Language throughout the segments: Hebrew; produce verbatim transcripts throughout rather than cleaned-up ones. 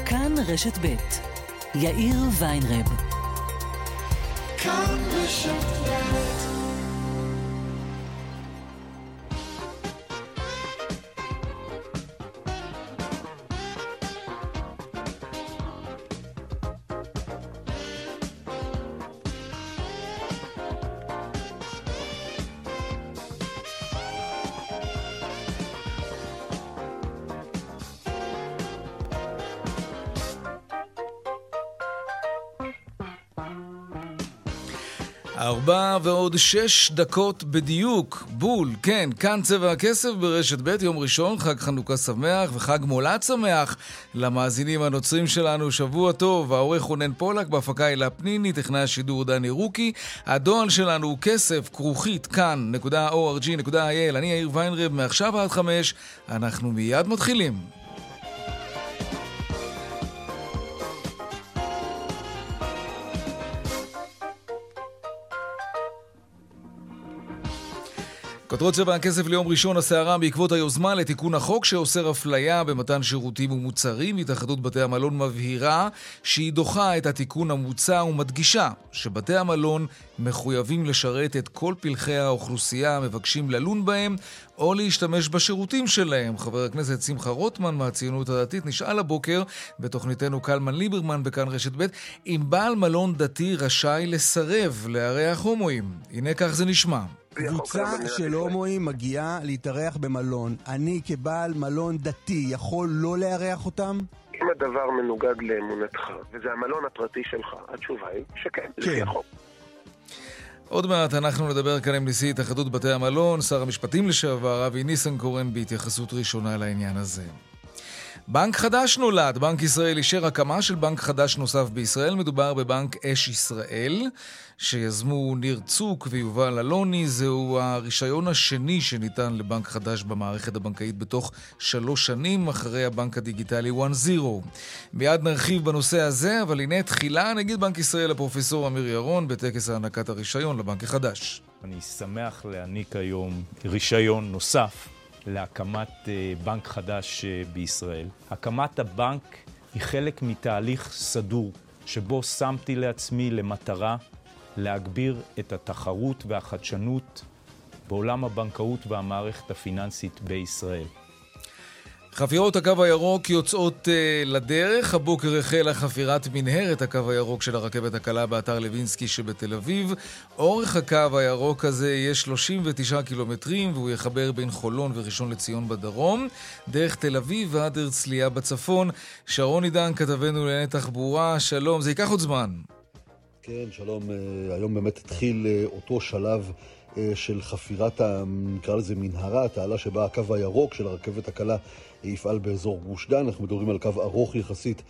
כאן רשת ב' יאיר ויינרב. כאן רשת ב'. ארבע ועוד שש דקות בדיוק, בול, כן, כאן צבע הכסף ברשת ב', יום ראשון, חג חנוכה שמח וחג מולד שמח למאזינים הנוצרים שלנו, שבוע טוב. העורך רונן פולק, בהפקה אלה פניני, טכנאי השידור דני רוקי. הדואל שלנו הוא כסף כרוכית כאן נקודה או אר ג'י נקודה איי אל. אני יאיר ויינרב, מעכשיו עד חמש, אנחנו מיד מתחילים. כותרות צבע הכסף ליום ראשון, הסערה בעקבות היוזמה לתיקון החוק שאוסר אפליה במתן שירותים ומוצרים. התאחדות בתי המלון מבהירה שהיא דוחה את התיקון המוצע ומדגישה שבתי המלון מחויבים לשרת את כל פלחי האוכלוסייה המבקשים ללון בהם או להשתמש בשירותים שלהם. חבר הכנסת שמחה רוטמן מהציונות הדתית נשאל הבוקר בתוכניתנו קלמן ליברמן בכאן רשת ב' אם בעל מלון דתי רשאי לסרב לארח הומואים. הנה כך זה נשמע. קבוצה של הומואים מגיעה להתארח במלון. אני כבעל מלון דתי יכול לא לארח אותם? אם הדבר מנוגד לאמונתך וזה המלון הפרטי שלך, התשובה היא שכן, לפי החוק. עוד מעט אנחנו נדבר כאן עם נשיא התאחדות בתי המלון, שר המשפטים לשעבר אבי ניסנקורן, בהתייחסות ראשונה לעניין הזה. בנק חדש נולד. בנק ישראל אישר הקמה של בנק חדש נוסף בישראל. מדובר בבנק אש ישראל, שיזמו ניר צוק ויובל אלוני. זהו הרישיון השני שניתן לבנק חדש במערכת הבנקאית בתוך שלוש שנים, אחרי הבנק הדיגיטלי וואן זירו. מיד נרחיב בנושא הזה, אבל הנה תחילה נגיד בנק ישראל הפרופסור אמיר ירון בטקס הענקת הרישיון לבנק החדש. אני שמח להעניק היום רישיון נוסף להקמת בנק חדש בישראל. הקמת הבנק היא חלק מתהליך סדור, שבו שמתי לעצמי למטרה להגביר את התחרות והחדשנות בעולם הבנקאות והמערכת הפיננסית בישראל. חפירות הקו הירוק יוצאות uh, לדרך. הבוקר החלה חפירת מנהרת הקו הירוק של הרכבת הקלה באתר לוינסקי שבתל אביב. אורך הקו הירוק הזה יהיה שלושים ותשעה קילומטרים, והוא יחבר בין חולון וראשון לציון בדרום, דרך תל אביב ועד הרצליה בצפון. שרון עידן, כתבנו לענייני תחבורה, שלום, זה ייקח עוד זמן. כן, שלום. היום באמת התחיל אותו שלב של חפירת, נקרא לזה מנהרה, התעלה שבה הקו הירוק של הרכבת הקלה יפעל באזור גוש דן. אנחנו מדברים על קו ארוך יחסית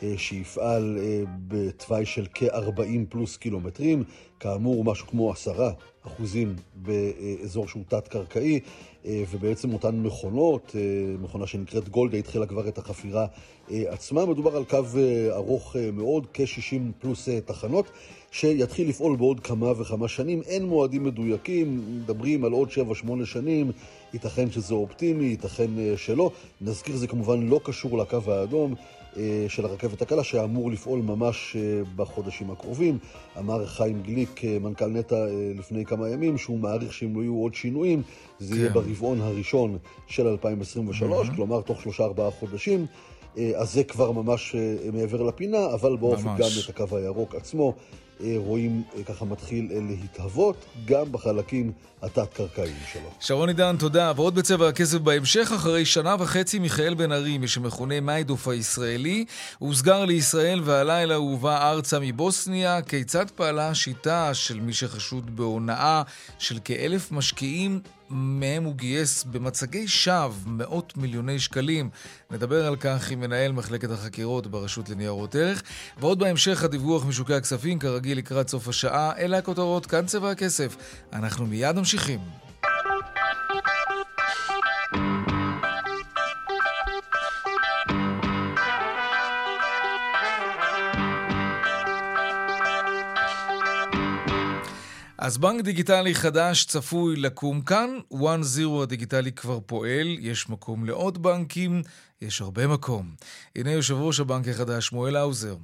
שיפעל בתוואי של כ-ארבעים פלוס קילומטרים, כאמור משהו כמו עשרה אחוזים באזור שהוא תת-קרקעי, ובעצם אותן מכונות, מכונה שנקראת גולדה, התחילה כבר את החפירה עצמה. מדובר על קו ארוך מאוד, כ-שישים פלוס תחנות, שיתחיל לפעול בעוד כמה וכמה שנים. אין מועדים מדויקים, מדברים על עוד שבע שמונה שנים, ייתכן שזה אופטימי, ייתכן שלא. נזכיר, זה כמובן לא קשור לקו האדום של הרכבת הקלה, שאמור לפעול ממש בחודשים הקרובים. אמר חיים גליק, מנכ"ל נטע, לפני כמה ימים, שהוא מעריך שאם לא יהיו עוד שינויים, זה כן. יהיה ברבעון הראשון של אלפיים עשרים ושלוש, mm-hmm. כלומר תוך שלושה ארבעה חודשים. אז זה כבר ממש מעבר לפינה, אבל באופן ממש. גם את הקו הירוק עצמו רואים ככה מתחיל להתהוות גם בחלקים התת-קרקעיים שלו. שרון עידן, תודה. ועוד בצבע הכסף בהמשך, אחרי שנה וחצי מיכאל בן ארי, מי שמכונה מיידוף הישראלי, הוסגר לישראל והלילה הוא הובא ארצה מבוסניה. כיצד פעלה השיטה של מי שחשוד בהונאה של כאלף משקיעים מהם הוא גייס במצגי שווא מאות מיליוני שקלים? נדבר על כך עם מנהל מחלקת החקירות ברשות לניירות ערך. ועוד בהמשך הדיווח משוקי הכספים, כרגיל לקראת סוף השעה. אלה הכותרות, כאן צבע הכסף. אנחנו מיד ממשיכים. אז בנק דיגיטלי חדש צפוי לקום כאן, וואן זירו הדיגיטלי כבר פועל, יש מקום לעוד בנקים, יש הרבה מקום. הנה יושב ראש הבנק החדש, שמואל האוזר.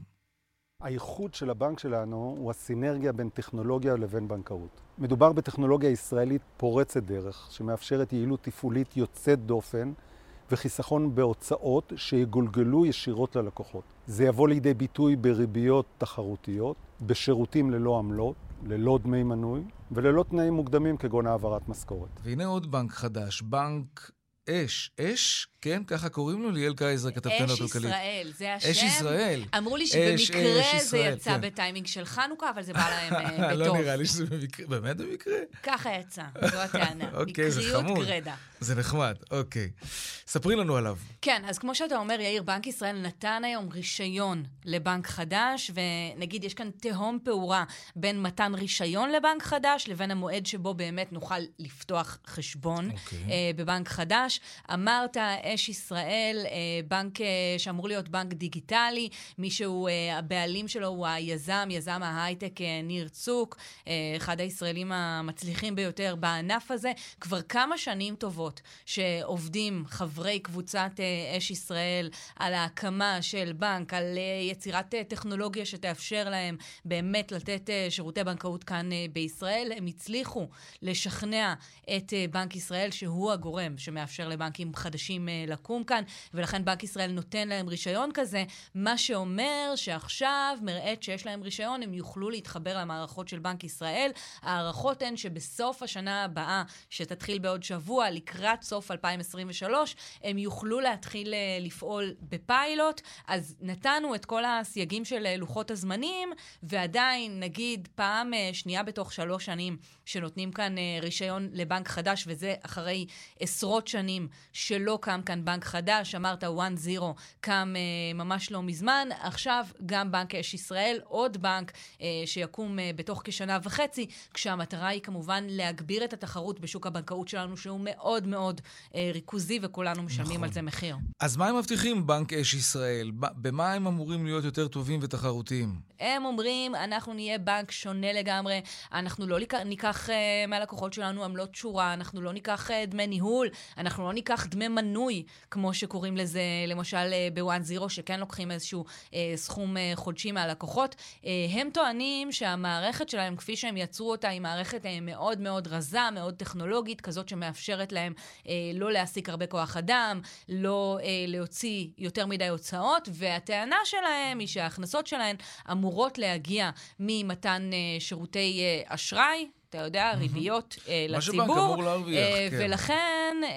הייחוד של הבנק שלנו הוא הסינרגיה בין טכנולוגיה לבין בנקאות. מדובר בטכנולוגיה ישראלית פורצת דרך, שמאפשרת יעילות תפעולית יוצאת דופן, וחיסכון בהוצאות שיגולגלו ישירות ללקוחות. זה יבוא לידי ביטוי בריביות תחרותיות, בשירותים ללא עמלות, ללא דמי מנוי, וללא תנאים מוקדמים כגון העברת משכורת. והנה עוד בנק חדש, בנק אש. אש? כן, ככה קוראים לו, ליאל קייזר, כתבתנו הכלכלית. אש ישראל, זה השם. אש ישראל. אמרו לי שבמקרה זה יצא בטיימינג של חנוכה, אבל זה בא להם בטוב. לא נראה לי שזה במקרה, באמת במקרה? ככה יצא, זו הטענה. אוקיי, זה חמוד. מקריות גרדה. זה נחמד, אוקיי. ספרי לנו עליו. כן, אז כמו שאתה אומר, יאיר, בנק ישראל נתן היום רישיון לבנק חדש, ונגיד יש כאן תהום פעורה בין מתן רישיון לבנק חדש, לבין המועד שבו באמת נוכל לפתוח חשבון בבנק חדש. אמרת, אש ישראל, בנק שאמור להיות בנק דיגיטלי, מישהו, הבעלים שלו הוא היזם, יזם ההייטק ניר צוק, אחד הישראלים המצליחים ביותר בענף הזה, כבר כמה שנים טובות שעובדים חברי קבוצת אש ישראל על ההקמה של בנק, על יצירת טכנולוגיה שתאפשר להם באמת לתת שירותי בנקאות כאן בישראל. הם הצליחו לשכנע את בנק ישראל שהוא הגורם שמאפשר לבנקים חדשים לקום כאן, ולכן בנק ישראל נותן להם רישיון כזה, מה שאומר שעכשיו מראה שיש להם רישיון, הם יוכלו להתחבר למערכות של בנק ישראל. הערכות הן שבסוף השנה הבאה, שתתחיל בעוד שבוע, לקראת סוף אלפיים עשרים ושלוש, הם יוכלו להתחיל לפעול בפיילוט. אז נתנו את כל הסייגים של לוחות הזמנים, ועדיין נגיד פעם שנייה בתוך שלוש שנים שנותנים כאן רישיון לבנק חדש, וזה אחרי עשרות שנים שלא קם כאן בנק חדש. אמרת וואן זירו קם אה, ממש לא מזמן, עכשיו גם בנק אש ישראל, עוד בנק אה, שיקום אה, בתוך כשנה וחצי, כשהמטרה היא כמובן להגביר את התחרות בשוק הבנקאות שלנו, שהוא מאוד מאוד אה, ריכוזי, וכולנו משלמים נכון. על זה מחיר. אז מה הם מבטיחים בנק אש ישראל? במה הם אמורים להיות יותר טובים ותחרותיים? הם אומרים, אנחנו נהיה בנק שונה לגמרי, אנחנו לא ניקח uh, מהלקוחות שלנו עמלות שורה, אנחנו לא ניקח uh, דמי ניהול, אנחנו לא ניקח דמי מנוי, כמו שקוראים לזה, למשל uh, בוואן זירו, שכן לוקחים איזשהו uh, סכום uh, חודשי מהלקוחות. Uh, הם טוענים שהמערכת שלהם, כפי שהם יצרו אותה, היא מערכת uh, מאוד מאוד רזה, מאוד טכנולוגית, כזאת שמאפשרת להם uh, לא להעסיק הרבה כוח אדם, לא uh, להוציא יותר מדי הוצאות, והטענה שלהם היא שההכנסות שלהם אמורות להגיע ממתן uh, שירותי uh, אשראי, אתה יודע, ריביות uh, לציבור, להרוויח, uh, כן. ולכן uh,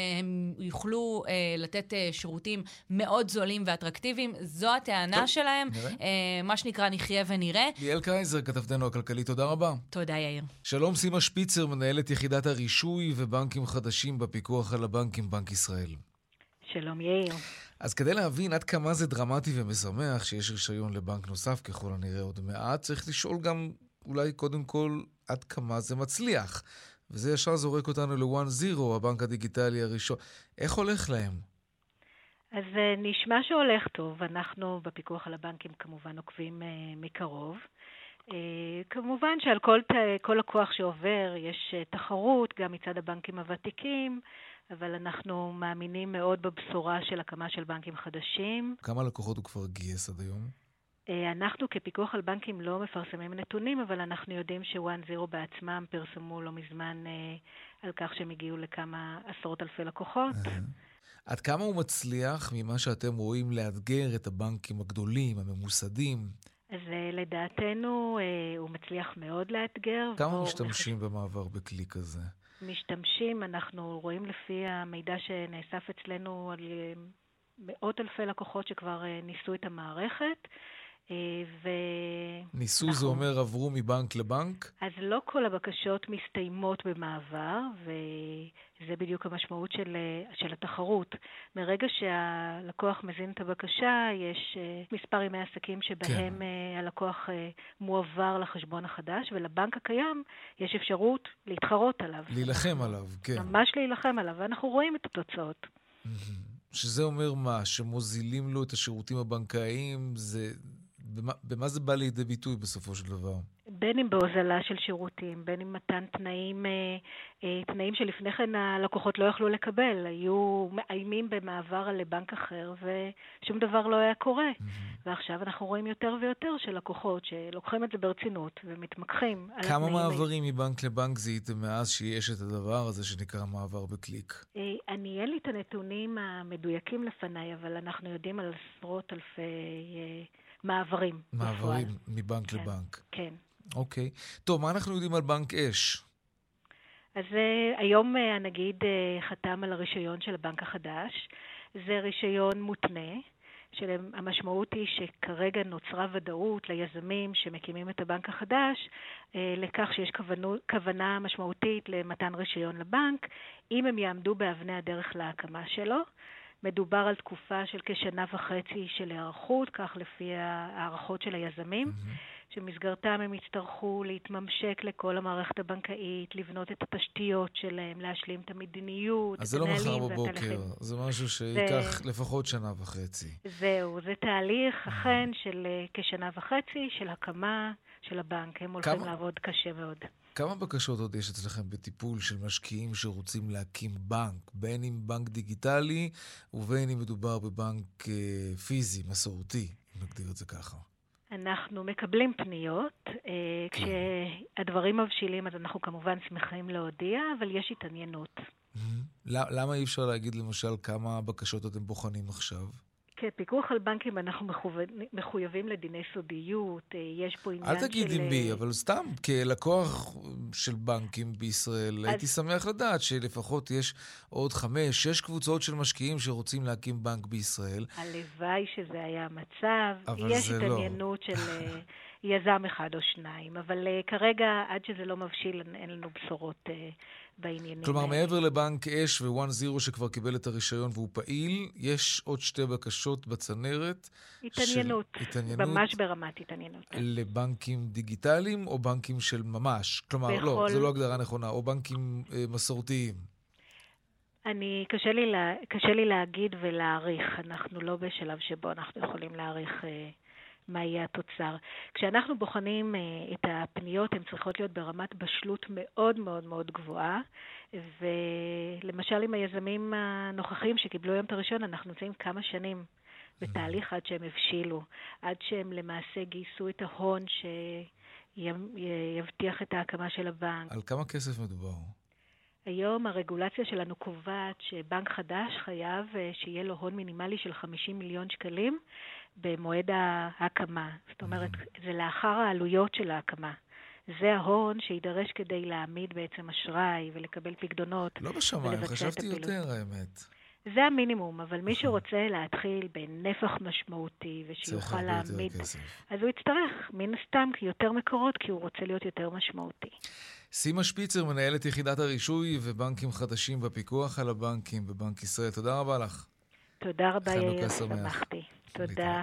הם יוכלו uh, לתת uh, שירותים מאוד זולים ואטרקטיביים. זו הטענה טוב, שלהם, uh, מה שנקרא נחיה ונראה. ליאל קייזר, כתבתנו הכלכלית, תודה רבה. תודה, יאיר. שלום, סימה שפיצר, מנהלת יחידת הרישוי ובנקים חדשים בפיקוח על הבנקים, בנק ישראל. שלום, יאיר. אז כדי להבין עד כמה זה דרמטי ומשמח שיש רישיון לבנק נוסף, ככל הנראה עוד מעט, צריך לשאול גם אולי קודם כל עד כמה זה מצליח. וזה ישר זורק אותנו לוואן זירו, הבנק הדיגיטלי הראשון. איך הולך להם? אז נשמע שהולך טוב. אנחנו בפיקוח על הבנקים כמובן עוקבים מקרוב. כמובן שעל כל, כל הכוח שעובר יש תחרות, גם מצד הבנקים הוותיקים, אבל אנחנו מאמינים מאוד בבשורה של הקמה של בנקים חדשים. כמה לקוחות הוא כבר גייס עד היום? אנחנו כפיקוח על בנקים לא מפרסמים נתונים, אבל אנחנו יודעים שוואן זירו בעצמם פרסמו לא מזמן על כך שהם הגיעו לכמה עשרות אלפי לקוחות. עד כמה הוא מצליח ממה שאתם רואים לאתגר את הבנקים הגדולים, הממוסדים? אז לדעתנו הוא מצליח מאוד לאתגר. כמה משתמשים במעבר בכלי כזה? משתמשים, אנחנו רואים לפי המידע שנאסף אצלנו על מאות אלפי לקוחות שכבר ניסו את המערכת. ו... ניסו אנחנו... זה אומר עברו מבנק לבנק? אז לא כל הבקשות מסתיימות במעבר, וזה בדיוק המשמעות של, של התחרות. מרגע שהלקוח מזין את הבקשה, יש מספר ימי עסקים שבהם כן. הלקוח מועבר לחשבון החדש, ולבנק הקיים יש אפשרות להתחרות עליו. להילחם עליו, כן. ממש להילחם עליו, ואנחנו רואים את התוצאות. שזה אומר מה? שמוזילים לו את השירותים הבנקאיים, זה... במה, במה זה בא לידי ביטוי בסופו של דבר? בין אם בהוזלה של שירותים, בין אם מתן תנאים, תנאים שלפני כן הלקוחות לא יכלו לקבל, היו מאיימים במעבר לבנק אחר ושום דבר לא היה קורה. ועכשיו אנחנו רואים יותר ויותר של לקוחות שלוקחים את זה ברצינות ומתמקחים על התנאים. כמה מעברים מבנק לבנק זיהיתם מאז שיש את הדבר הזה שנקרא מעבר בקליק? אני אין לי את הנתונים המדויקים לפניי, אבל אנחנו יודעים על עשרות אלפי מעברים. מעברים מבנק כן, לבנק. כן. אוקיי. טוב, מה אנחנו יודעים על בנק אש? אז היום הנגיד חתם על הרישיון של הבנק החדש. זה רישיון מותנה, שהמשמעות היא שכרגע נוצרה ודאות ליזמים שמקימים את הבנק החדש, לכך שיש כוונו, כוונה משמעותית למתן רישיון לבנק, אם הם יעמדו באבני הדרך להקמה שלו. מדובר על תקופה של כשנה וחצי של הערכות, כך לפי הערכות של היזמים, mm-hmm. שמסגרתם הם יצטרכו להתממשק לכל המערכת הבנקאית, לבנות את התשתיות שלהם, להשלים את המדיניות, אז זה לא מחר בבוקר, זה משהו שיקח זה... לפחות שנה וחצי. זהו, זה תהליך אכן של כשנה וחצי של הקמה של הבנק, הם הולכים כמה... לעבוד קשה מאוד. כמה בקשות עוד יש אצלכם בטיפול של משקיעים שרוצים להקים בנק, בין אם בנק דיגיטלי ובין אם מדובר בבנק אה, פיזי, מסורתי, אם נגדיר את זה ככה? אנחנו מקבלים פניות, אה, כן. כשהדברים מבשילים אז אנחנו כמובן שמחים להודיע, אבל יש התעניינות. Mm-hmm. למה אי אפשר להגיד למשל כמה בקשות אתם בוחנים עכשיו? כפיקוח על בנקים אנחנו מחויבים לדיני סודיות, יש פה עניין של... אל תגיד עם מי, אבל סתם, כלקוח של בנקים בישראל, הייתי שמח לדעת שלפחות יש עוד חמש, שש קבוצות של משקיעים שרוצים להקים בנק בישראל. הלוואי שזה היה המצב, יש התעניינות של יזם אחד או שניים, אבל כרגע עד שזה לא מבשיל אין לנו בשורות בעניינים. כלומר, מעבר לבנק אש ו-וואן זירו שכבר קיבל את הרישיון והוא פעיל, יש עוד שתי בקשות בצנרת. התעניינות, התעניינות ממש ברמת התעניינות. לבנקים דיגיטליים או בנקים של ממש? כלומר, בכל... לא, זו לא הגדרה נכונה, או בנקים אה, מסורתיים. אני, קשה לי, לה, קשה לי להגיד ולהעריך. אנחנו לא בשלב שבו אנחנו יכולים להעריך... אה, מה יהיה התוצר. כשאנחנו בוחנים uh, את הפניות, הן צריכות להיות ברמת בשלות מאוד מאוד מאוד גבוהה, ולמשל עם היזמים הנוכחים שקיבלו היום את הראשון, אנחנו נמצאים כמה שנים בתהליך עד שהם הבשילו, עד שהם למעשה גייסו את ההון שיבטיח את ההקמה של הבנק. על כמה כסף מדובר? היום הרגולציה שלנו קובעת שבנק חדש חייב שיהיה לו הון מינימלי של חמישים מיליון שקלים במועד ההקמה. זאת אומרת, זה לאחר העלויות של ההקמה. זה ההון שידרש כדי להעמיד בעצם אשראי ולקבל פקדונות. לא בשמיים, חשבתי יותר האמת. זה המינימום, אבל מי שרוצה להתחיל בנפח משמעותי ושיוכל להעמיד, אז הוא יצטרך מן הסתם יותר מקורות כי הוא רוצה להיות יותר משמעותי. סימה שפיצר, מנהלת יחידת הרישוי ובנקים חדשים בפיקוח על הבנקים בבנק ישראל. תודה רבה לך. תודה רבה יאיר, שמחתי. תודה.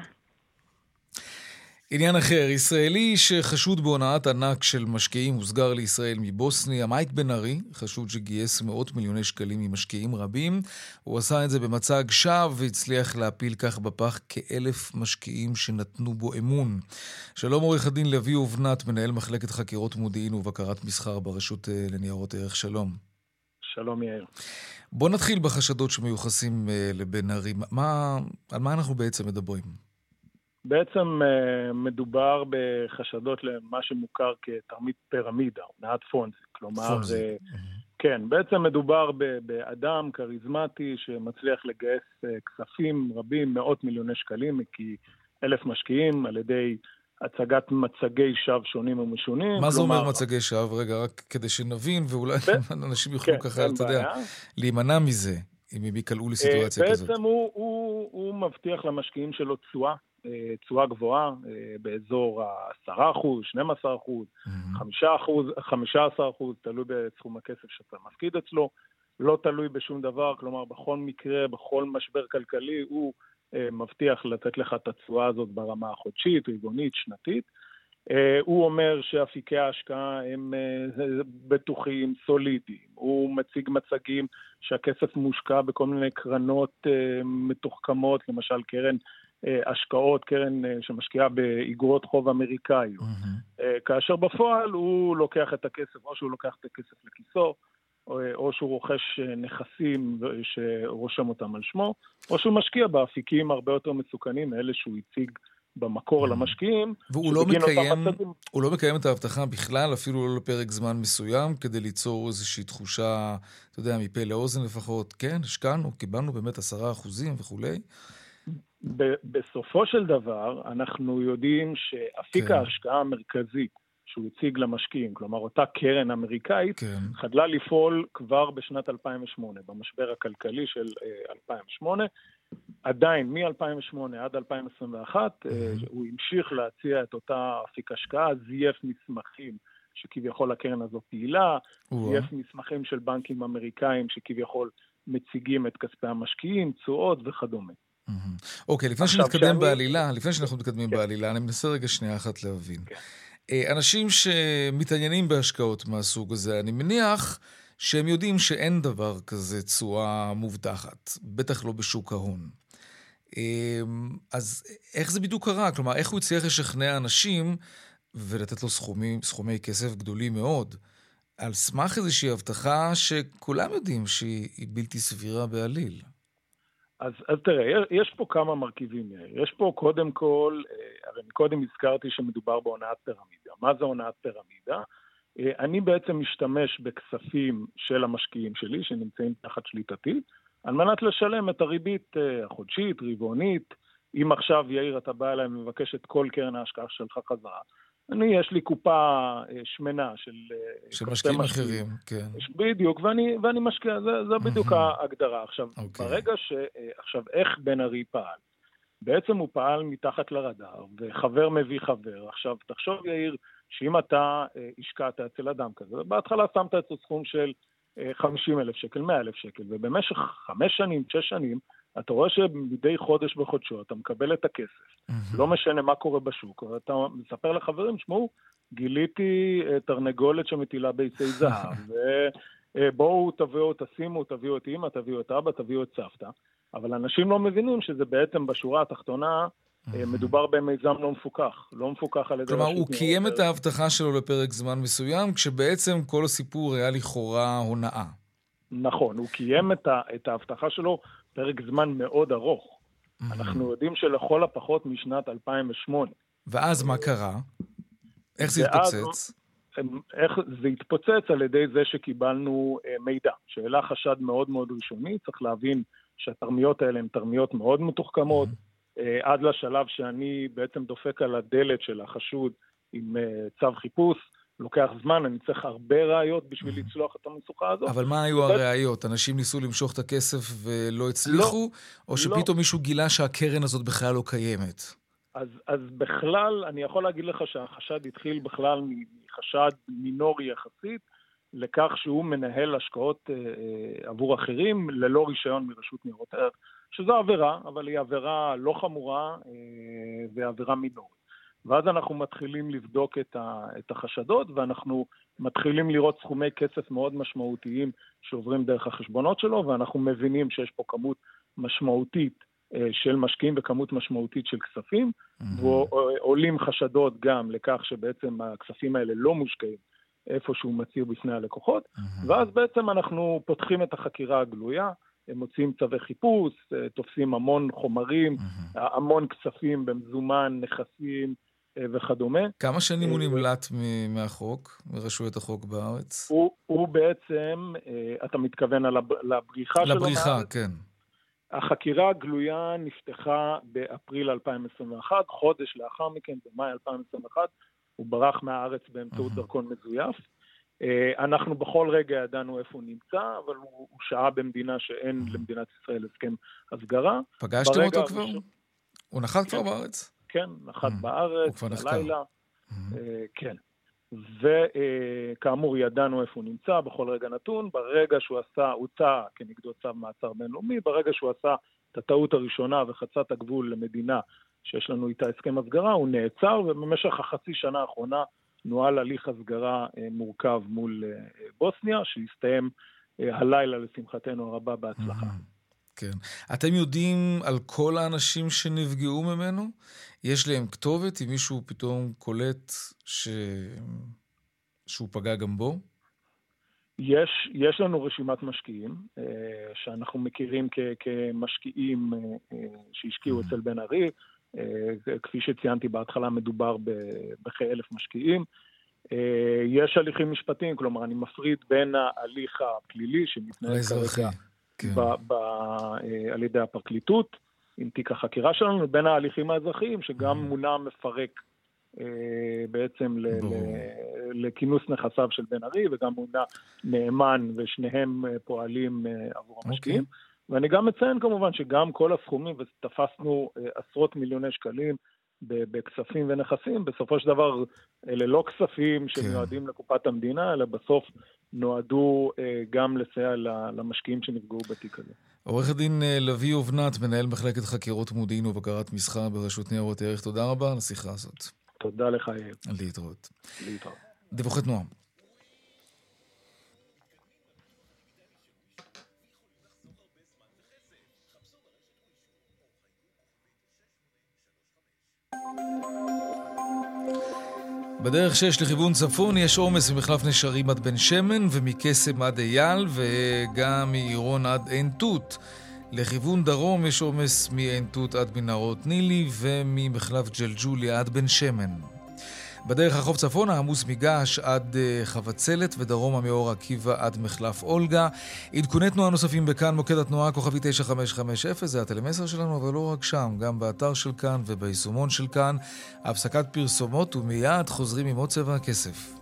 עניין אחר, ישראלי שחשוד בהונאת ענק של משקיעים הוסגר לישראל מבוסניה, מייק בן ארי, חשוד שגייס מאות מיליוני שקלים ממשקיעים רבים, הוא עשה את זה במצג שווא והצליח להפיל כך בפח כאלף משקיעים שנתנו בו אמון. שלום עורך הדין לוי אובנת, מנהל מחלקת חקירות מודיעין ובקרת מסחר ברשות לניירות ערך, שלום. שלום יאיר. בוא נתחיל בחשדות שמיוחסים לבן ארי, מה, על מה אנחנו בעצם מדברים? בעצם מדובר בחשדות למה שמוכר כתרמית פירמידה, הונאת פונזי. כלומר, זה, כן, בעצם מדובר באדם קריזמטי שמצליח לגייס כספים רבים, מאות מיליוני שקלים, כי אלף משקיעים על ידי הצגת מצגי שווא שונים ומשונים. מה זה אומר מצגי שווא? רגע, רק כדי שנבין, ואולי אנשים יוכלו ככה, אתה יודע, להימנע מזה, אם הם יקלעו לסיטואציה כזאת. בעצם הוא מבטיח למשקיעים שלו תשואה, תשואה גבוהה באזור עשרה אחוז, שנים עשר אחוז, חמישה אחוז, חמישה עשר אחוז, תלוי בסכום הכסף שאתה מפקיד אצלו, לא תלוי בשום דבר, כלומר בכל מקרה, בכל משבר כלכלי, הוא מבטיח לתת לך את התשואה הזאת ברמה החודשית, רבעונית, שנתית. הוא אומר שאפיקי ההשקעה הם בטוחים, סולידיים. הוא מציג מצגים שהכסף מושקע בכל מיני קרנות מתוחכמות, למשל קרן השקעות, קרן שמשקיעה באגרות חוב אמריקאיות. Mm-hmm. כאשר בפועל הוא לוקח את הכסף, או שהוא לוקח את הכסף לכיסו, או, או שהוא רוכש נכסים שרושם אותם על שמו, או שהוא משקיע באפיקים הרבה יותר מסוכנים, מאלה שהוא הציג במקור למשקיעים. והוא לא מקיים, הוא לא מקיים את ההבטחה בכלל, אפילו לא לפרק זמן מסוים, כדי ליצור איזושהי תחושה, אתה יודע, מפה לאוזן לפחות, כן, השקענו, קיבלנו באמת עשרה אחוזים וכולי. בסופו של דבר, אנחנו יודעים שאפיק ההשקעה המרכזי שהוא הציג למשקיעים, כלומר אותה קרן אמריקאית, חדלה לפעול כבר בשנת אלפיים ושמונה, במשבר הכלכלי של אלפיים ושמונה, עדיין מ-אלפיים ושמונה עד אלפיים עשרים ואחת, הוא המשיך להציע את אותה אפיק השקעה, זייף מסמכים שכביכול הקרן הזו פעילה, זייף מסמכים של בנקים אמריקאים שכביכול מציגים את כספי המשקיעים, תשואות וכדומה. אוקיי, לפני שנתקדם בעלילה, לפני שאנחנו מתקדמים בעלילה, אני מנסה רגע שנייה אחת להבין. אנשים שמתעניינים בהשקעות מהסוג הזה, אני מניח שהם יודעים שאין דבר כזה תשואה מובטחת, בטח לא בשוק ההון. אז איך זה בדיוק קרה? כלומר, איך הוא הצליח לשכנע אנשים ולתת לו סכומים, סכומי כסף גדולים מאוד, על סמך איזושהי הבטחה שכולם יודעים שהיא בלתי סבירה בעליל? אז, אז תראה, יש פה כמה מרכיבים. יש פה קודם כל, הרי קודם הזכרתי שמדובר בהונאת פירמידה. מה זה הונאת פירמידה? אני בעצם משתמש בכספים של המשקיעים שלי, שנמצאים תחת שליטתי, על מנת לשלם את הריבית החודשית, רבעונית. אם עכשיו, יאיר, אתה בא אליי ומבקש את כל קרן ההשקעה שלך חזרה, אני, יש לי קופה שמנה של... של משקיעים אחרים, כן. בדיוק, ואני, ואני משקיע, זה, זה בדיוק ההגדרה. עכשיו, okay. ברגע ש... עכשיו, איך בן ארי פעל? בעצם הוא פעל מתחת לרדאר, וחבר מביא חבר. עכשיו, תחשוב, יאיר, שאם אתה השקעת אצל אדם כזה, בהתחלה שמת את הסכום של חמישים אלף שקל, מאה אלף שקל, ובמשך חמש שנים, שש שנים, אתה רואה שמדי חודש בחודשו אתה מקבל את הכסף. Mm-hmm. לא משנה מה קורה בשוק. אתה מספר לחברים, שמעו, גיליתי תרנגולת שמטילה ביצי זהב, ובואו תביאו, תשימו, תביאו את אמא, תביאו את אבא, תביאו את סבתא. אבל אנשים לא מבינים שזה בעצם בשורה התחתונה, מדובר במיזם לא מפוקח, לא מפוקח על ידי... כלומר, הוא קיים את ההבטחה שלו לפרק זמן מסוים, כשבעצם כל הסיפור היה לכאורה הונאה. נכון, הוא קיים את, ה, את ההבטחה שלו פרק זמן מאוד ארוך. אנחנו יודעים שלכל הפחות משנת אלפיים ושמונה. ואז מה קרה? איך זה התפוצץ? איך זה התפוצץ על ידי זה שקיבלנו מידע, שאלה חשד מאוד מאוד ראשוני, צריך להבין שהתרמיות האלה הן תרמיות מאוד מתוחכמות, עד לשלב שאני בעצם דופק על הדלת של החשוד עם צו חיפוש, לוקח זמן, אני צריך הרבה ראיות בשביל לצלוח את המסוכה הזאת. אבל מה היו הראיות? אנשים ניסו למשוך את הכסף ולא הצליחו? או שפתאום מישהו גילה שהקרן הזאת בכלל לא קיימת? אז, אז בכלל, אני יכול להגיד לך שהחשד התחיל בכלל מחשד מינורי יחסית, לכך שהוא מנהל השקעות אה, עבור אחרים, ללא רישיון מרשות ניירות ערך, שזו עבירה, אבל היא עבירה לא חמורה אה, ועבירה מינורית. ואז אנחנו מתחילים לבדוק את, ה, את החשדות, ואנחנו מתחילים לראות סכומי כסף מאוד משמעותיים שעוברים דרך החשבונות שלו, ואנחנו מבינים שיש פה כמות משמעותית אה, של משקיעים וכמות משמעותית של כספים, mm-hmm. ועולים חשדות גם לכך שבעצם הכספים האלה לא מושקעים, איפה שהוא מצהיר בפני הלקוחות, mm-hmm. ואז בעצם אנחנו פותחים את החקירה הגלויה, הם מוצאים צווי חיפוש, תופסים המון חומרים, mm-hmm. המון כספים במזומן, נכסים וכדומה. כמה שנים הוא נמלט מהחוק, מרשויות החוק בארץ? הוא, הוא בעצם, אתה מתכוון על הבריחה שלו? לבריחה, כן. החקירה הגלויה נפתחה באפריל אלפיים עשרים ואחת, חודש לאחר מכן, במאי אלפיים עשרים ואחת, הוא ברח מהארץ באמצעות דרכון מזויף. אנחנו בכל רגע ידענו איפה הוא נמצא, אבל הוא, הוא שעה במדינה שאין למדינת ישראל הסכם הסגרה. פגשתם אותו כבר? הוא נחת כבר בארץ? כן, נחת בארץ, בלילה. כן. וכאמור ידענו איפה הוא נמצא בכל רגע נתון. ברגע שהוא עשה, הוצא כנגדו צו מעצר בינלאומי, ברגע שהוא עשה את הטעות הראשונה וחצת הגבול למדינה שיש לנו איתה הסכם הסגרה, הוא נעצר, ובמשך החצי שנה האחרונה נועל הליך הסגרה מורכב מול בוסניה, שהסתיים הלילה לשמחתנו הרבה בהצלחה. כן. אתם יודעים על כל האנשים שנפגעו ממנו? יש להם כתובת אם מישהו פתאום קולט ש... שהוא פגע גם בו? יש, יש לנו רשימת משקיעים, שאנחנו מכירים כ, כמשקיעים שהשקיעו אצל בן ארי. כפי שציינתי בהתחלה, מדובר בכ-אלף משקיעים. יש הליכים משפטיים, כלומר, אני מפריד בין ההליך הפלילי שמתנהל כרגע כן. ב- ב- על ידי הפרקליטות, עם תיק החקירה שלנו, בין ההליכים האזרחיים, שגם מונה מפרק בעצם לכינוס נכסיו של בן ארי, וגם מונה נאמן, ושניהם פועלים עבור המשקיעים. Okay. ואני גם מציין כמובן שגם כל הסכומים, ותפסנו עשרות מיליוני שקלים בכספים ונכסים, בסופו של דבר אלה לא כספים שמיועדים okay. לקופת המדינה, אלא בסוף נועדו גם לסייע למשקיעים שנפגעו בתיק הזה. עורך הדין לוי אובנת, מנהל מחלקת חקירות מודיעין ובקרת מסחר ברשות ניירות ערך, תודה רבה על השיחה הזאת. תודה לך, יאיר. להתראות. להתראות. דיווחי תנועה. בדרך שש לכיוון צפון יש עומס ממחלף נשרים עד בן שמן ומקסם עד אייל וגם מעירון עד עין תות. לכיוון דרום יש עומס מעין תות עד מנהרות נילי וממחלף ג'לג'וליה עד בן שמן. בדרך החוף צפון העמוס מגש עד חבצלת ודרומה מאור עקיבא עד מחלף אולגה. עדכוני תנועה נוספים בכאן מוקד התנועה כוכבי תשע חמש חמש אפס, זה הטלמסר שלנו, אבל לא רק שם, גם באתר של כאן וביישומון של כאן. הפסקת פרסומות ומיד חוזרים עם עוד צבע הכסף.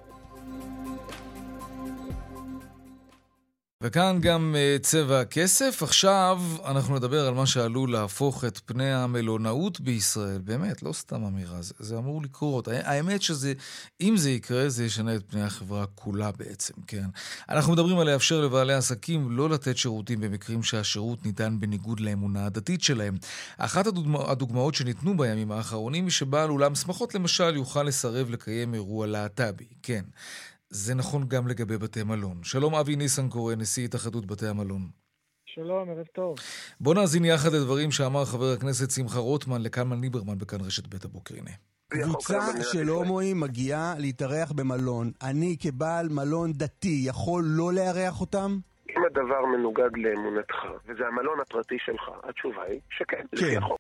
וכאן גם צבע הכסף. עכשיו אנחנו נדבר על מה שעלול להפוך את פני המלונאות בישראל. באמת, לא סתם אמירה, זה, זה אמור לקרות. האמת שזה, אם זה יקרה, זה ישנה את פני החברה כולה בעצם, כן. אנחנו מדברים על לאפשר לבעלי עסקים לא לתת שירותים במקרים שהשירות ניתן בניגוד לאמונה הדתית שלהם. אחת הדוגמא, הדוגמאות שניתנו בימים האחרונים היא שבעל אולם שמחות למשל יוכל לסרב לקיים אירוע להט"בי, כן. זה נכון גם לגבי בתי מלון. שלום אבי ניסנקורן, נשיא התאחדות בתי המלון. שלום, ערב טוב. בוא נאזין יחד לדברים שאמר חבר הכנסת שמחה רוטמן לקלמן ליברמן בכאן רשת בית הבוקר. הנה. קבוצה של הומואים מגיעה להתארח במלון. אני כבעל מלון דתי יכול לא לארח אותם? אם הדבר מנוגד לאמונתך, וזה המלון הפרטי שלך, התשובה היא שכן, לפי החוק.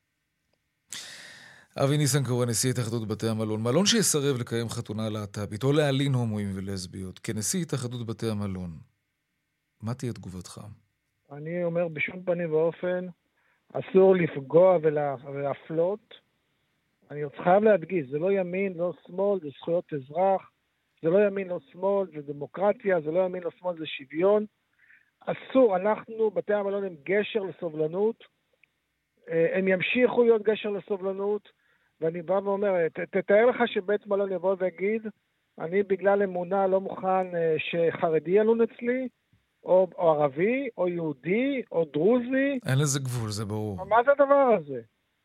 אבי ניסנקורן, נשיא התאחדות בתי המלון. מלון שיסרב לקיים חתונה להט"בית או להלין הומואים ולסביות, כנשיא התאחדות בתי המלון, מה תהיה תגובתך? אני אומר בשום פנים ואופן, אסור לפגוע ולהפלות. אני חייב להדגיש, זה לא ימין, לא שמאל, זה זכויות אזרח, זה לא ימין, לא שמאל, זה דמוקרטיה, זה לא ימין, לא שמאל, זה שוויון. אסור, אנחנו, בתי המלון הם גשר לסובלנות, הם ימשיכו להיות גשר לסובלנות, ואני בא ואומר, תתאר לך שבית מלון יבוא ויגיד, אני בגלל אמונה לא מוכן שחרדי ילון אצלי, או, או ערבי, או יהודי, או דרוזי. אין לזה גבול, זה ברור. מה זה הדבר הזה?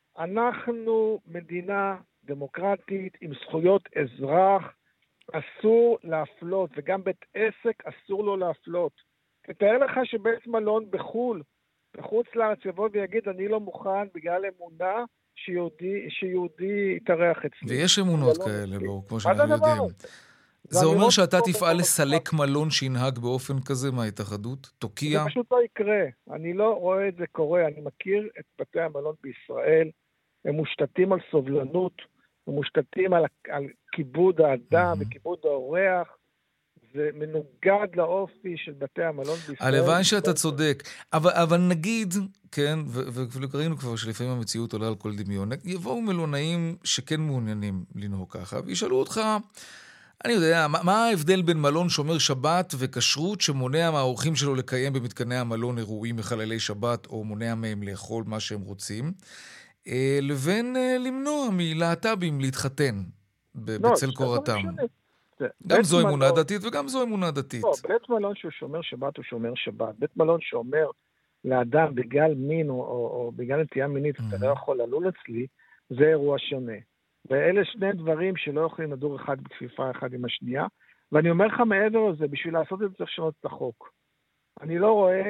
אנחנו מדינה דמוקרטית עם זכויות אזרח, אסור להפלות, וגם בית עסק אסור לו להפלות. תתאר לך שבית מלון בחול, בחוץ לארץ יבוא ויגיד, אני לא מוכן בגלל אמונה שיהודי, שיהודי יתארח אצלי. ויש אמונות כאלה, בו, כמו שאנחנו יודעים. זה אומר שאתה תפעל לסלק מלון שינהג באופן כזה מההתאחדות? תוקיע? זה פשוט לא יקרה. אני לא רואה את זה קורה. אני מכיר את בתי המלון בישראל. הם מושתתים על סובלנות, הם מושתתים על, על כיבוד האדם וכיבוד האורח. זה מנוגד לאופי של בתי המלון בישראל. הלוואי שאתה צודק. אבל, אבל נגיד, כן, וראינו כבר שלפעמים המציאות עולה על כל דמיון, יבואו מלונאים שכן מעוניינים לנהוג ככה, וישאלו אותך, אני יודע, מה, מה ההבדל בין מלון שומר שבת וכשרות שמונע מהאורחים שלו לקיים במתקני המלון אירועים מחללי שבת, או מונע מהם לאכול מה שהם רוצים, לבין למנוע מלהט"בים להתחתן בצל קורתם. גם זו אמונה דתית וגם זו אמונה דתית. לא, בית מלון שהוא שומר שבת הוא שומר שבת. בית מלון שאומר לאדם בגלל מין או, או, או בגלל נטייה מינית, אתה לא יכול ללול אצלי, זה אירוע שונה. ואלה שני דברים שלא יכולים לדור אחד בכפיפה אחד עם השנייה. ואני אומר לך מעבר לזה, בשביל לעשות את זה צריך לשנות את החוק. אני לא רואה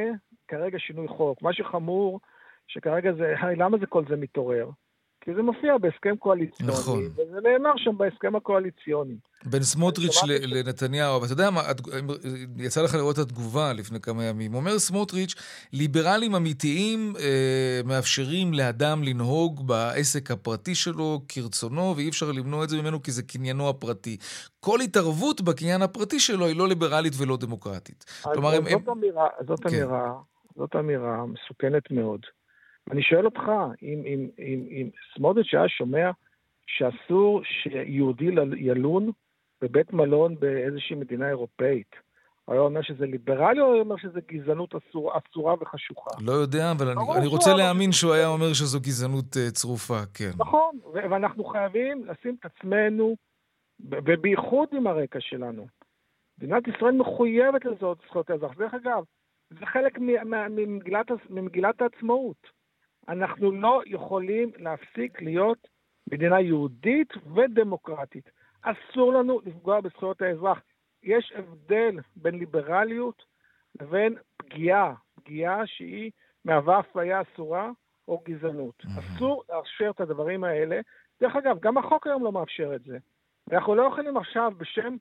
כרגע שינוי חוק. מה שחמור, שכרגע זה, למה זה כל זה מתעורר? כי זה מופיע בהסכם קואליציוני, נכון. וזה נאמר שם בהסכם הקואליציוני. בין סמוטריץ' לנתניהו, אבל אתה יודע מה, יצא לך לראות את התגובה לפני כמה ימים. אומר סמוטריץ', ליברלים אמיתיים אה, מאפשרים לאדם לנהוג בעסק הפרטי שלו כרצונו, ואי אפשר למנוע את זה ממנו כי זה קניינו הפרטי. כל התערבות בקניין הפרטי שלו היא לא ליברלית ולא דמוקרטית. כלומר, זאת, הם, אמירה, זאת, כן. אמירה, זאת אמירה מסוכנת מאוד. אני שואל אותך, אם, אם, אם, אם סמוטריץ' היה שומע שאסור שיהודי ילון בבית מלון באיזושהי מדינה אירופאית, הוא היה אומר שזה ליברלי, או הוא אומר שזה גזענות אסור, אסורה וחשוכה? לא יודע, אבל אני, אני רוצה להאמין שהוא היה אומר שזו גזענות uh, צרופה, כן. נכון, ו- ואנחנו חייבים לשים את עצמנו, ובייחוד עם הרקע שלנו. מדינת ישראל מחויבת לזאת זכויות האזרח. דרך אגב, זה חלק ממגילת, ממגילת העצמאות. אנחנו לא יכולים להפסיק להיות מדינה יהודית ודמוקרטית. אסור לנו לפגוע בזכויות האזרח. יש הבדל בין ליברליות לבין פגיעה, פגיעה שהיא מהווה אפליה אסורה או גזענות. אסור לאפשר את הדברים האלה. דרך אגב, גם החוק היום לא מאפשר את זה. אנחנו לא יכולים עכשיו בשם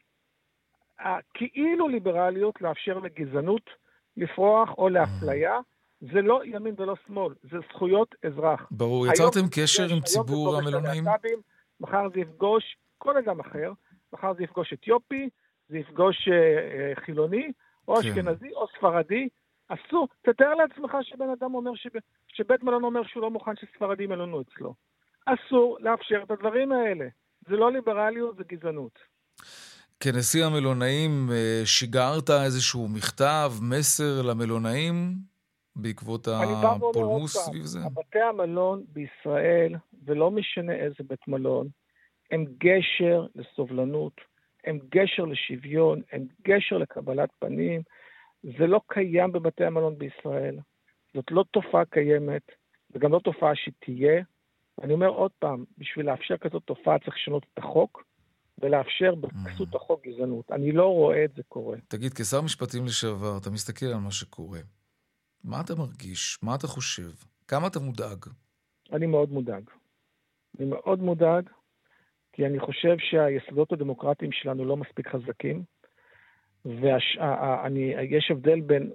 כאילו ליברליות לאפשר לגזענות לפרוח או לאפליה. זה לא ימין ולא שמאל, זה זכויות אזרח. ברור, יצרתם קשר עם ציבור המלונאים? מחר זה יפגוש כל אדם אחר, מחר זה יפגוש אתיופי, זה יפגוש אה, חילוני, או כן. אשכנזי, או ספרדי. אסור, תתאר לעצמך שבן אדם אומר, שב, שבית מלון אומר שהוא לא מוכן שספרדים ילונו אצלו. אסור לאפשר את הדברים האלה. זה לא ליברליות, זה גזענות. כנשיא המלונאים, שיגרת איזשהו מכתב, מסר למלונאים? בעקבות הפולמוס סביב זה? הבתי המלון בישראל, ולא משנה איזה בית מלון, הם גשר לסובלנות, הם גשר לשוויון, הם גשר לקבלת פנים. זה לא קיים בבתי המלון בישראל. זאת לא תופעה קיימת, וגם לא תופעה שתהיה. אני אומר עוד פעם, בשביל לאפשר כזאת תופעה צריך לשנות את החוק, ולאפשר בכסות החוק גזענות. אני לא רואה את זה קורה. תגיד, כשר משפטים לשעבר, אתה מסתכל על מה שקורה. מה אתה מרגיש? מה אתה חושב? כמה אתה מודאג? אני מאוד מודאג. אני מאוד מודאג, כי אני חושב שהיסודות הדמוקרטיים שלנו לא מספיק חזקים, ויש הבדל בין,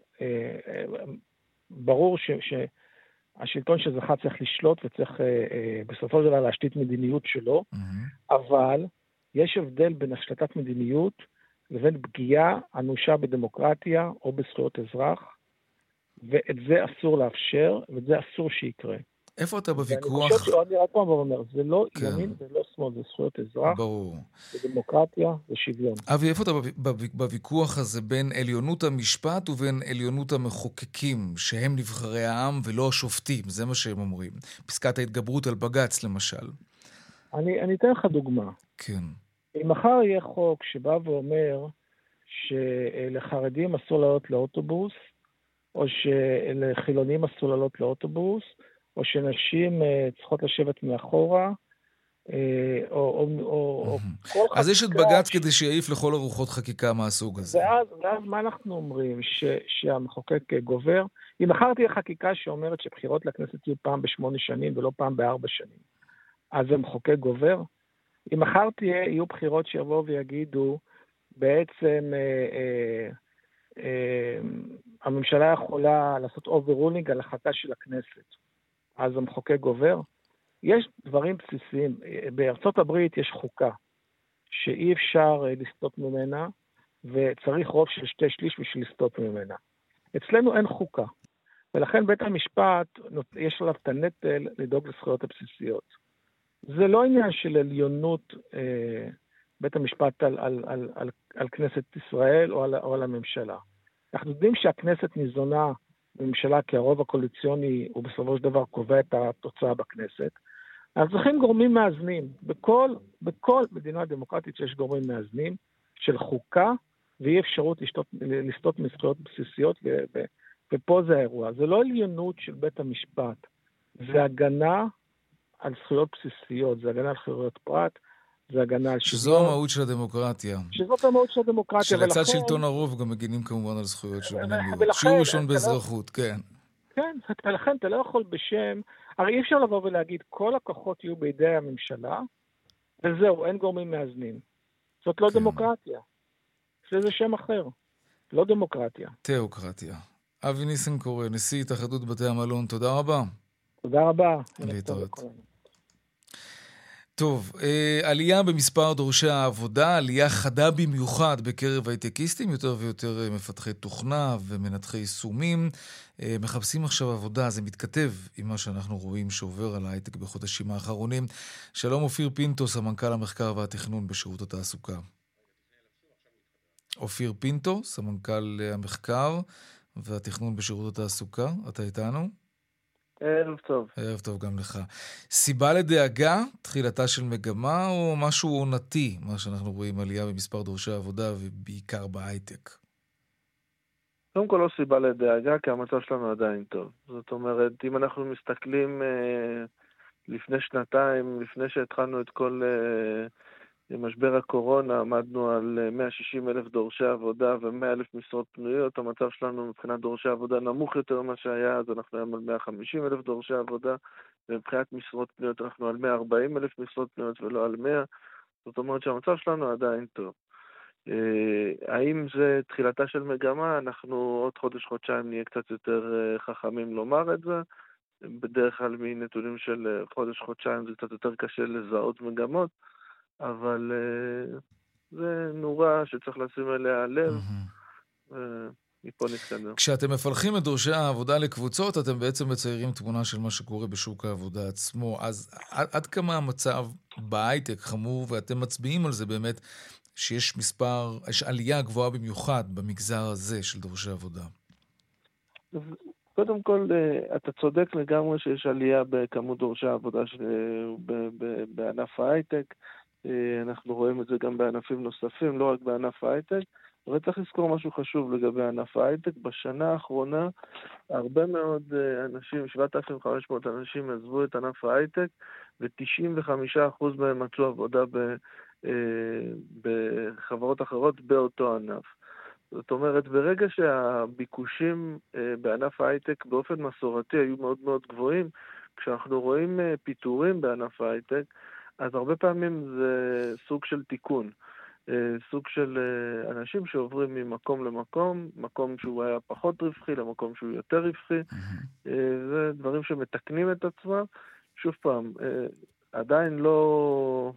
ברור שהשלטון שזכה צריך לשלוט וצריך בסופו של דבר להשתית מדיניות שלו, אבל יש הבדל בין השלטת מדיניות לבין פגיעה אנושה בדמוקרטיה או בזכויות אזרח, ואת זה אסור לאפשר, ואת זה אסור שיקרה. איפה אתה בוויכוח? אני חושב שאני רק פעם אומר, זה לא כן. ימין ולא שמאל, זה זכויות אזרח, ברור. זה דמוקרטיה, זה שוויון. אבי, איפה אתה בוויכוח הזה בין עליונות המשפט ובין עליונות המחוקקים, שהם נבחרי העם ולא השופטים, זה מה שהם אומרים. פסקת ההתגברות על בג"ץ, למשל. אני, אני אתן לך דוגמה. כן. אם מחר יהיה חוק שבא ואומר שלחרדים אסור לעלות לאוטובוס, או שלחילונים אסור לעלות לאוטובוס, או שנשים צריכות לשבת מאחורה, או, או, או כל אז יש את בג"ץ כדי שיעיף לכל הרוחות חקיקה מהסוג הזה. ואז, ואז מה אנחנו אומרים? ש, שהמחוקק גובר? אם מחר תהיה חקיקה שאומרת שבחירות לכנסת יהיו פעם בשמונה שנים ולא פעם בארבע שנים, אז המחוקק גובר? אם מחר תהיה, יהיו בחירות שיבואו ויגידו, בעצם אה, אה, אה, הממשלה יכולה לעשות אוברולינג על החלטה של הכנסת, אז המחוקק גובר? יש דברים בסיסיים. בארצות הברית יש חוקה שאי אפשר לסטות ממנה, וצריך רוב של שתי שליש בשביל לסטות ממנה. אצלנו אין חוקה, ולכן בית המשפט יש עליו את הנטל לדאוג לזכויות הבסיסיות. זה לא עניין של עליונות אה, בית המשפט על, על, על, על, על כנסת ישראל או על, או על הממשלה. אנחנו יודעים שהכנסת ניזונה בממשלה כי הרוב הקואליציוני הוא בסופו של דבר קובע את התוצאה בכנסת. אז צריכים גורמים מאזנים. בכל, בכל מדינה דמוקרטית שיש גורמים מאזנים של חוקה, ואי אפשרות לשתות, לסטות מזכויות בסיסיות, ו, ו, ופה זה האירוע. זה לא עליונות של בית המשפט, זה הגנה על זכויות בסיסיות, זה הגנה על חירויות פרט, זה הגנה על שוויון. שזו המהות של הדמוקרטיה. שזאת המהות של הדמוקרטיה, שלצד ולכן... שלטון הרוב גם מגינים כמובן על זכויות של בני מיעוט. ולכן... שיעור ראשון באזרחות, כן. כן, ולכן אתה לא יכול בשם... הרי אי אפשר לבוא ולהגיד, כל הכוחות יהיו בידי הממשלה, וזהו, אין גורמים מאזנים. זאת לא דמוקרטיה. יש לזה שם אחר. לא דמוקרטיה. תיאוקרטיה. אבי ניסנקורן, נשיא התאחדות בתי המלון, תודה רבה. תודה רבה. להתראות. טוב, עלייה במספר דורשי העבודה, עלייה חדה במיוחד בקרב הייטקיסטים, יותר ויותר מפתחי תוכנה ומנתחי יישומים, מחפשים עכשיו עבודה, זה מתכתב עם מה שאנחנו רואים שעובר על ההייטק בחודשים האחרונים. שלום אופיר פינטו, סמנכ"ל המחקר והתכנון בשירות התעסוקה. אופיר פינטו, סמנכ"ל המחקר והתכנון בשירות התעסוקה, אתה איתנו? ערב טוב. ערב טוב גם לך. סיבה לדאגה, תחילתה של מגמה, או משהו עונתי, מה שאנחנו רואים עלייה במספר דורשי העבודה ובעיקר בהייטק? קודם כל לא סיבה לדאגה, כי המצב שלנו עדיין טוב. זאת אומרת, אם אנחנו מסתכלים אה, לפני שנתיים, לפני שהתחלנו את כל אה, משבר הקורונה, עמדנו על מאה ושישים אלף דורשי עבודה ו-מאה אלף משרות פנויות. המצב שלנו מבחינת דורשי עבודה נמוך יותר ממה שהיה, אז אנחנו היום על מאה וחמישים אלף דורשי עבודה, ומבחינת משרות פנויות אנחנו על מאה וארבעים אלף משרות פנויות ולא על מאה. זאת אומרת שהמצב שלנו עדיין טוב. האם זה תחילתה של מגמה? אנחנו עוד חודש, חודשיים נהיה קצת יותר חכמים לומר את זה. בדרך כלל מנתונים של חודש, חודשיים זה קצת יותר קשה לזהות מגמות, אבל זה נורא שצריך לשים אליה לב, ומפה נתקדם. כשאתם מפלחים את דורשי העבודה לקבוצות, אתם בעצם מציירים תמונה של מה שקורה בשוק העבודה עצמו. אז עד, עד כמה המצב בהייטק חמור, ואתם מצביעים על זה באמת, שיש מספר, יש עלייה גבוהה במיוחד במגזר הזה של דורשי עבודה? קודם כל, אתה צודק לגמרי שיש עלייה בכמות דורשי העבודה בענף ההייטק. אנחנו רואים את זה גם בענפים נוספים, לא רק בענף ההייטק. אבל צריך לזכור משהו חשוב לגבי ענף ההייטק. בשנה האחרונה, הרבה מאוד אנשים, שבעת אלפים וחמש מאות אנשים עזבו את ענף ההייטק, ו-תשעים וחמישה אחוז מהם מצאו עבודה ב... בחברות אחרות באותו ענף. זאת אומרת, ברגע שהביקושים בענף ההייטק באופן מסורתי היו מאוד מאוד גבוהים, כשאנחנו רואים פיטורים בענף ההייטק, אז הרבה פעמים זה סוג של תיקון. סוג של אנשים שעוברים ממקום למקום, מקום שהוא היה פחות רווחי למקום שהוא יותר רווחי. זה דברים שמתקנים את עצמם. שוב פעם, עדיין לא...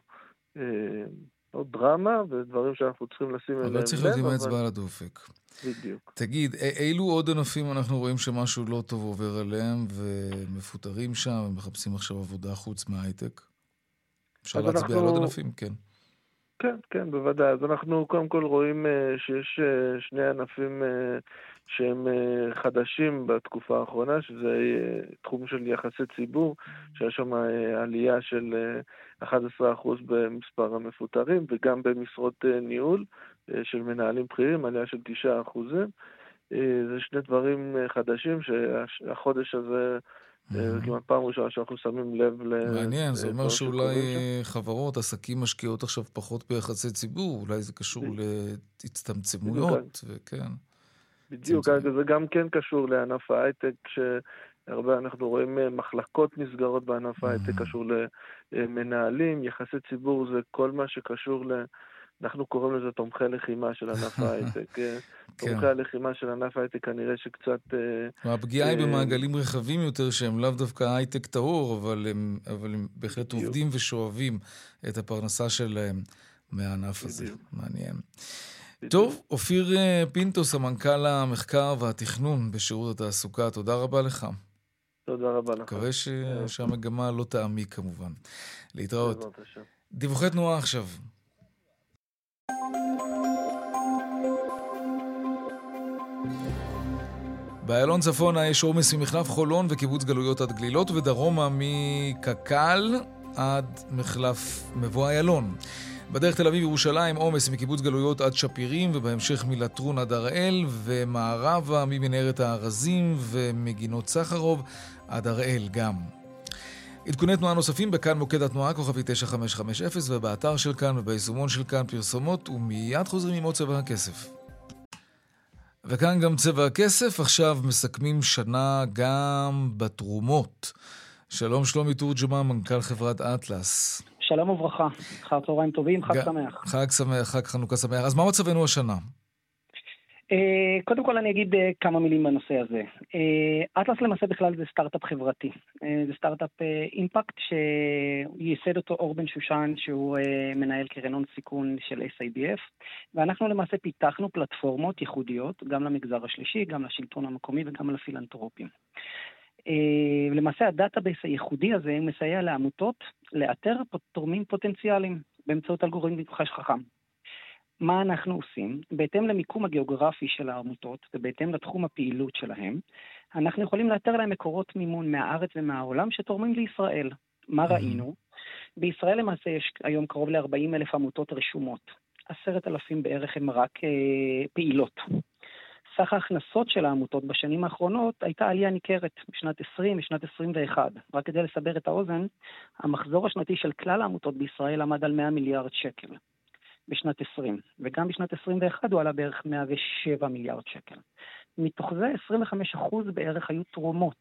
לא דרמה, ודברים שאנחנו צריכים לשים אליהם לב. אבל צריך להיות עם האצבע על הדופק. בדיוק. תגיד, אילו עוד ענפים אנחנו רואים שמשהו לא טוב עובר עליהם, ומפוטרים שם, ומחפשים עכשיו עבודה חוץ מההייטק? אפשר להצביע על עוד ענפים? כן. כן, כן, בוודאי. אז אנחנו קודם כל רואים שיש שני ענפים שהם חדשים בתקופה האחרונה, שזה תחום של יחסי ציבור, שיש שם עלייה של אחד עשר אחוז במספר המפוטרים, וגם במשרות ניהול של מנהלים בכירים, עלייה של תשעה אחוזים. זה שני דברים חדשים שהחודש הזה כמעט פעם ראשונה שאנחנו שמים לב ל... מעניין, זה אומר שאולי חברות, עסקים משקיעות עכשיו פחות ביחסי ציבור, אולי זה קשור להצטמצמויות, וכן. בדיוק, זה גם כן קשור לענף ההייטק, שהרבה אנחנו רואים מחלקות נסגרות בענף ההייטק, קשור למנהלים, יחסי ציבור זה כל מה שקשור ל... אנחנו קוראים לזה תומכי לחימה של ענף ההייטק. תומכי הלחימה של ענף ההייטק כנראה שקצת... הפגיעה היא במעגלים רחבים יותר, שהם לאו דווקא הייטק טהור, אבל הם בהחלט עובדים ושואבים את הפרנסה שלהם מהענף הזה. מעניין. טוב, אופיר פינטו, סמנכ"ל המחקר והתכנון בשירות התעסוקה, תודה רבה לך. תודה רבה לך. מקווה שהמגמה לא תעמיק כמובן. להתראות. דיווחי תנועה עכשיו. באיילון צפונה יש עומס ממחלף חולון וקיבוץ גלויות עד גלילות, ודרומה מקקל עד מחלף מבוא איילון. בדרך תל אביב ירושלים עומס מקיבוץ גלויות עד שפירים, ובהמשך מלטרון עד הראל, ומערבה ממנהרת הארזים ומגינות סחרוב עד הראל גם. עדכוני תנועה נוספים בכאן מוקד התנועה, כוכבי תשע חמש חמש אפס, ובאתר של כאן וביישומון של כאן פרסומות, ומיד חוזרים עם עוד צבע הכסף. וכאן גם צבע הכסף, עכשיו מסכמים שנה גם בתרומות. שלום שלומי תורג'מן, מנכ"ל חברת אטלס. שלום וברכה, אחר צהריים טובים, חג שמח. חג שמח, חג חנוכה שמח. אז מה מצבנו השנה? קודם כל אני אגיד כמה מילים בנושא הזה. אטלס למעשה בכלל זה סטארט-אפ חברתי. זה סטארט-אפ אימפקט שייסד אותו אור בן שושן, שהוא מנהל קרן הון סיכון של אס איי בי אף, ואנחנו למעשה פיתחנו פלטפורמות ייחודיות, גם למגזר השלישי, גם לשלטון המקומי וגם לפילנתרופים. למעשה הדאטאבייס הייחודי הזה מסייע לעמותות לאתר תורמים פוטנציאליים באמצעות אלגוריתם חכם. מה אנחנו עושים? בהתאם למיקום הגיאוגרפי של העמותות ובהתאם לתחום הפעילות שלהם, אנחנו יכולים לאתר להם מקורות מימון מהארץ ומהעולם שתורמים לישראל. מה ראינו? בישראל למעשה יש היום קרוב ל-ארבעים אלף עמותות רשומות. עשרת אלפים בערך הם רק אה, פעילות. סך ההכנסות של העמותות בשנים האחרונות הייתה עלייה ניכרת בשנת עשרים, בשנת עשרים ואחת. רק כדי לסבר את האוזן, המחזור השנתי של כלל העמותות בישראל עמד על מאה מיליארד שקל. בשנת עשרים, וגם בשנת עשרים ואחת הוא עלה בערך מאה ושבע מיליארד שקל. מתוך זה עשרים וחמישה אחוז בערך היו תרומות.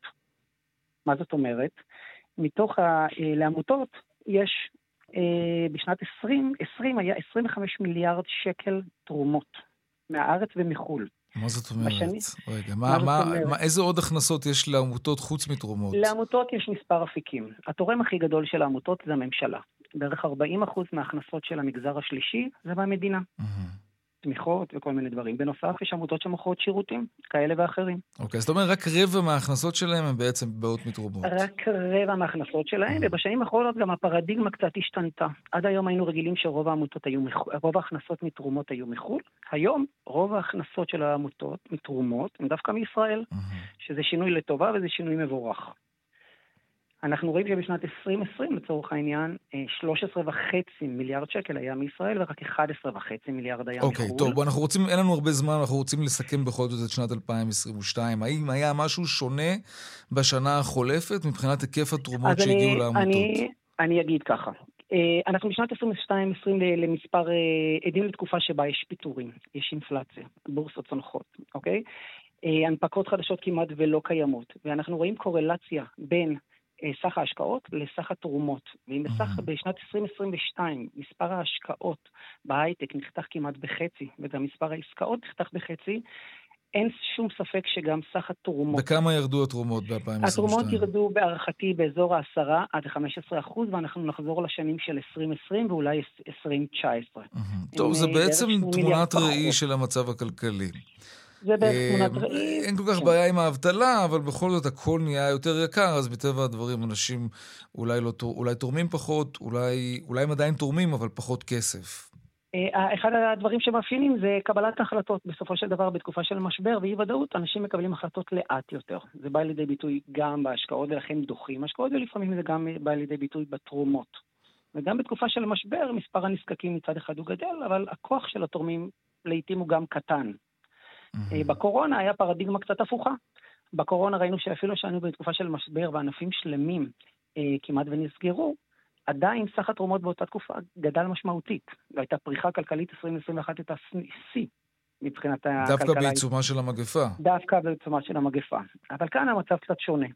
מה זאת אומרת? מתוך ה... לעמותות יש בשנת עשרים, עשרים היה עשרים וחמישה מיליארד שקל תרומות מהארץ ומחול. מה זאת אומרת? בשני... רגע, מה, מה, אומרת? מה, איזה עוד הכנסות יש לעמותות חוץ מתרומות? לעמותות יש מספר אפיקים. התורם הכי גדול של העמותות זה הממשלה. בערך ארבעים אחוז מההכנסות של המגזר השלישי זה במדינה. תמיכות וכל מיני דברים. בנוסף, יש עמותות שמוכרות שירותים, כאלה ואחרים. אוקיי, זאת אומרת, רק רבע מההכנססות שלהם הם בעצם באות מתרומות. רק רבע מההכנסות שלהם, ובשנים האחרונות גם הפרדיגמה קצת השתנתה. עד היום היינו רגילים שרוב העמותות היו מחול, רוב ההכנסות מתרומות היו מחול. היום, רוב ההכנסות של העמותות מתרומות הם דווקא מישראל, שזה שינוי לטובה וזה שינוי מבורך. אנחנו רואים שבשנת עשרים עשרים, לצורך העניין, שלוש עשרה וחצי מיליארד שקל היה מישראל, ורק אחד עשר וחצי מיליארד היה מחו"ל. אוקיי, טוב, אנחנו רוצים, אין לנו הרבה זמן, אנחנו רוצים לסכם בכל זאת את שנת אלפיים עשרים ושתיים. האם היה משהו שונה בשנה החולפת, מבחינת היקף התרומות שהגיעו לעמותות? אני, אני אגיד ככה. אנחנו בשנת עשרים ושתיים עשרים למספר עדים לתקופה שבה יש פיטורים, יש אינפלציה, בורסות צונחות, אוקיי? הנפקות חדשות כמעט ולא קיימות, ואנחנו רואים קורלציה בין סך ההשקעות לסך התרומות. ואם בסך בשנת עשרים עשרים ושתיים מספר ההשקעות בהייטק נחתך כמעט בחצי, וגם מספר העסקאות נחתך בחצי, אין שום ספק שגם סך התרומות. בכמה ירדו התרומות ב-אלפיים עשרים ושתיים? התרומות ירדו בהערכתי באזור ה-עשרה עד חמש עשרה אחוז, ואנחנו נחזור לשנים של עשרים עשרים ואולי עשרים תשע עשרה. טוב, זה בעצם תמונת ראי של המצב הכלכלי. זה בעצם תמונת ראי. אין כל כך בעיה עם האבטלה, אבל בכל זאת הכל נהיה יותר יקר, אז בטבע הדברים אנשים אולי, לא, אולי תורמים פחות, אולי, אולי הם עדיין תורמים, אבל פחות כסף. אחד הדברים שמאפיינים זה קבלת החלטות. בסופו של דבר, בתקופה של משבר ואי ודאות, אנשים מקבלים החלטות לאט יותר. זה בא לידי ביטוי גם בהשקעות, ולכן דוחים השקעות, ולפעמים זה גם בא לידי ביטוי בתרומות. וגם בתקופה של משבר, מספר הנזקקים מצד אחד הוא גדל, אבל הכוח של התורמים לעתים הוא גם קטן. בקורונה היה פרדיגמה קצת הפוכה. בקורונה ראינו שאפילו שהיינו בתקופה של משבר וענפים שלמים כמעט ונסגרו, עדיין סך התרומות באותה תקופה גדל משמעותית. והייתה פריחה כלכלית עשרים עשרים ואחת הייתה שיא מבחינת הכלכלה. דווקא בעיצומה של המגפה. דווקא בעיצומה של המגפה. אבל כאן המצב קצת שונה.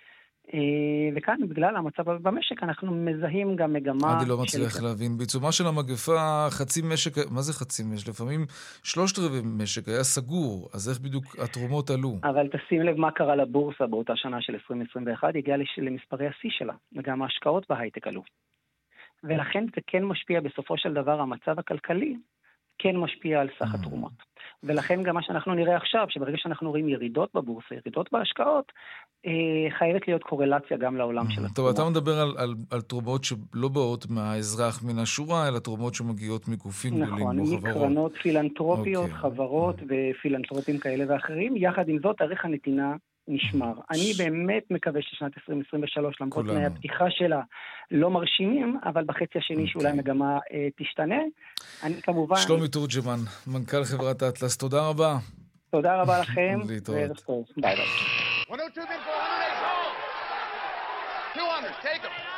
וכאן בגלל המצב במשק אנחנו מזהים גם מגמה... אני לא מצליח להבין. בעיצומה של המגפה חצי משק... מה זה חצי משק? לפעמים שלושת רבעי משק היה סגור, אז איך בדיוק התרומות עלו? אבל תשים לב מה קרה לבורסה באותה שנה של עשרים עשרים ואחת, הגיעה למספרי השיא שלה, וגם ההשקעות בהייטק עלו. ולכן זה כן משפיע בסופו של דבר, המצב הכלכלי כן משפיע על סך התרומות. ולכן גם מה שאנחנו נראה עכשיו, שברגע שאנחנו רואים ירידות בבורסה, ירידות בהשקעות, חייבת להיות קורלציה גם לעולם של התרומות. טוב, אתה מדבר על, על, על תרומות שלא באות מהאזרח מן השורה, אלא תרומות שמגיעות מגופים גדולים, נכון, מקרנות פילנטרופיות, okay. חברות ופילנטרופים כאלה ואחרים. יחד עם זאת, ערך הנתינה נשמר. אני באמת מקווה ששנת עשרים עשרים ושלוש, למרות תנאי הפתיחה שלה, לא מרשימים, אבל בחצי השני שאולי מגמה אה, תשתנה. אני כמובן... שלומי תורג'מן, מנכ"ל חברת אטלס, תודה רבה. תודה רבה לכם. להתראות. ביי ביי. one oh two, then four hundred, two hundred, take them.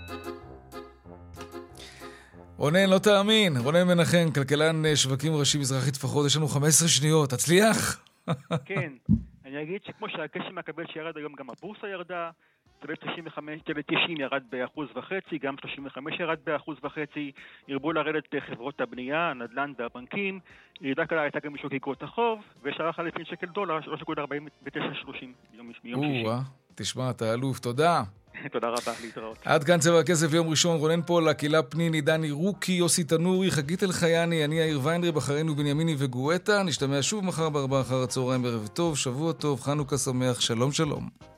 רונן, לא תאמין, רונן מנחם, כלכלן שווקים ראשי מזרחי טפחות, יש לנו חמש עשרה שניות, תצליח? כן, אני אגיד שכמו שהגשם מקבל שירד היום, גם הבורסה ירדה, צוות תשעים ירד באחוז וחצי, גם שלושים וחמש ירד באחוז וחצי, ירבו לרדת חברות הבנייה, הנדל"ן והבנקים, ירידה קלה הייתה גם בשוק איגרות החוב, ושער חליפין שקל דולר, שלוש נקודה ארבעים ותשע שלושים ביום שישי. תשמע, אתה אלוף, תודה. תודה רבה, להתראות. עד כאן צבע הכסף ליום ראשון, רונן פולה, קילה פניני, דני רוקי, יוסי תנורי, חגית אלחייני, אני יאיר ויינרב, אחרינו בנימיני וגואטה, נשתמע שוב מחר בארבע אחר הצהריים, בערב טוב, שבוע טוב, חנוכה שמח, שלום שלום.